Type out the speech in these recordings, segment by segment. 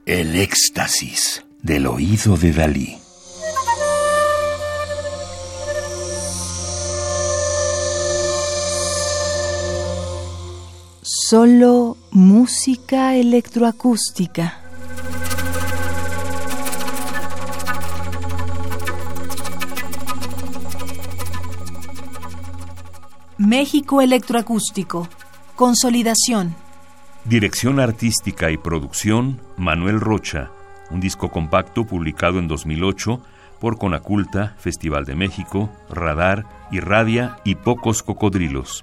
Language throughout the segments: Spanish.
El éxtasis del oído de Dalí. Solo música electroacústica. México Electroacústico. Consolidación. Dirección artística y producción, Manuel Rocha. Un disco compacto publicado en 2008 por Conaculta, Festival de México, Radar, Irradia y Pocos Cocodrilos.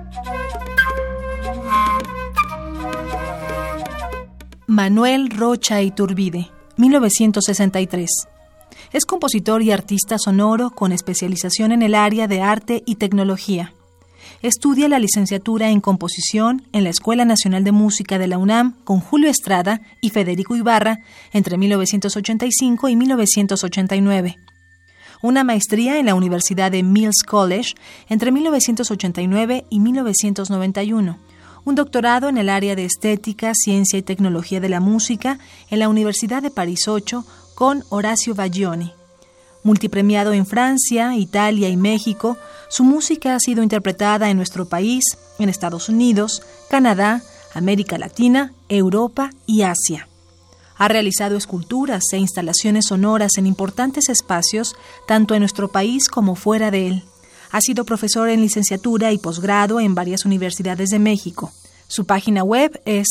Manuel Rocha Iturbide, 1963. Es compositor y artista sonoro con especialización en el área de arte y tecnología. Estudia la licenciatura en composición en la Escuela Nacional de Música de la UNAM con Julio Estrada y Federico Ibarra entre 1985 y 1989. Una maestría en la Universidad de Mills College entre 1989 y 1991. Un doctorado en el área de estética, ciencia y tecnología de la música en la Universidad de París 8 con Horacio Baglioni. Multipremiado en Francia, Italia y México, su música ha sido interpretada en nuestro país, en Estados Unidos, Canadá, América Latina, Europa y Asia. Ha realizado esculturas e instalaciones sonoras en importantes espacios, tanto en nuestro país como fuera de él. Ha sido profesor en licenciatura y posgrado en varias universidades de México. Su página web es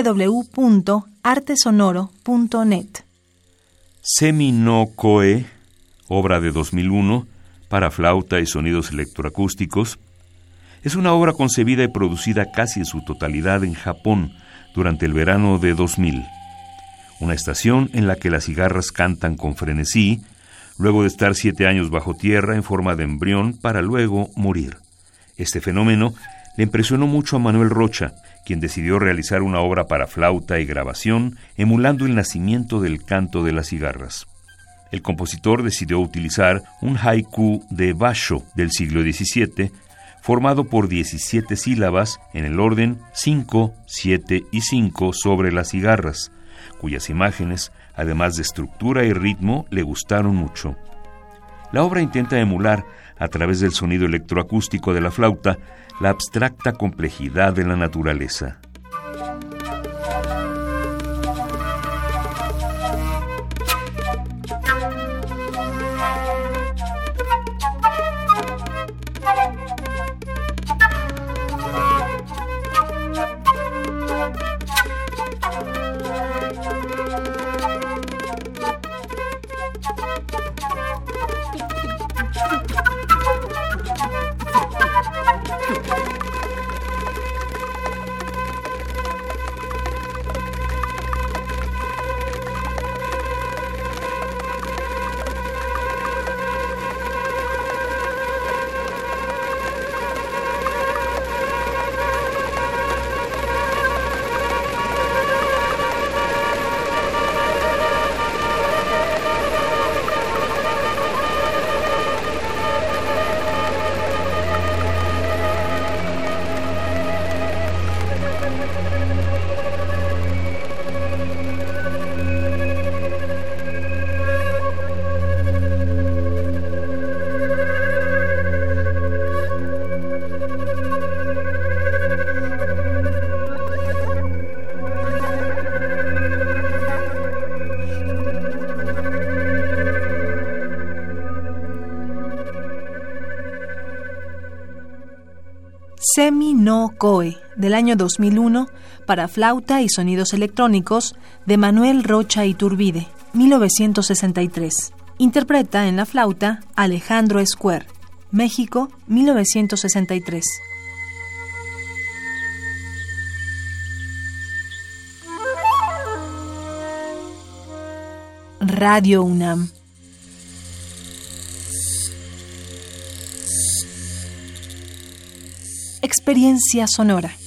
www.artesonoro.net. Semi no Koe, obra de 2001, para flauta y sonidos electroacústicos, es una obra concebida y producida casi en su totalidad en Japón durante el verano de 2000. Una estación en la que las cigarras cantan con frenesí, luego de estar 7 años bajo tierra en forma de embrión para luego morir. Este fenómeno le impresionó mucho a Manuel Rocha, quien decidió realizar una obra para flauta y grabación emulando el nacimiento del canto de las cigarras. El compositor decidió utilizar un haiku de Basho del siglo XVII, formado por 17 sílabas en el orden 5, 7 y 5 sobre las cigarras, cuyas imágenes, además de estructura y ritmo, le gustaron mucho. La obra intenta emular, a través del sonido electroacústico de la flauta, la abstracta complejidad de la naturaleza. Semi no Koe, del año 2001, para flauta y sonidos electrónicos, de Manuel Rocha Iturbide, 1963. Interpreta en la flauta Alejandro Esquer, México, 1963. Radio UNAM. Experiencia sonora.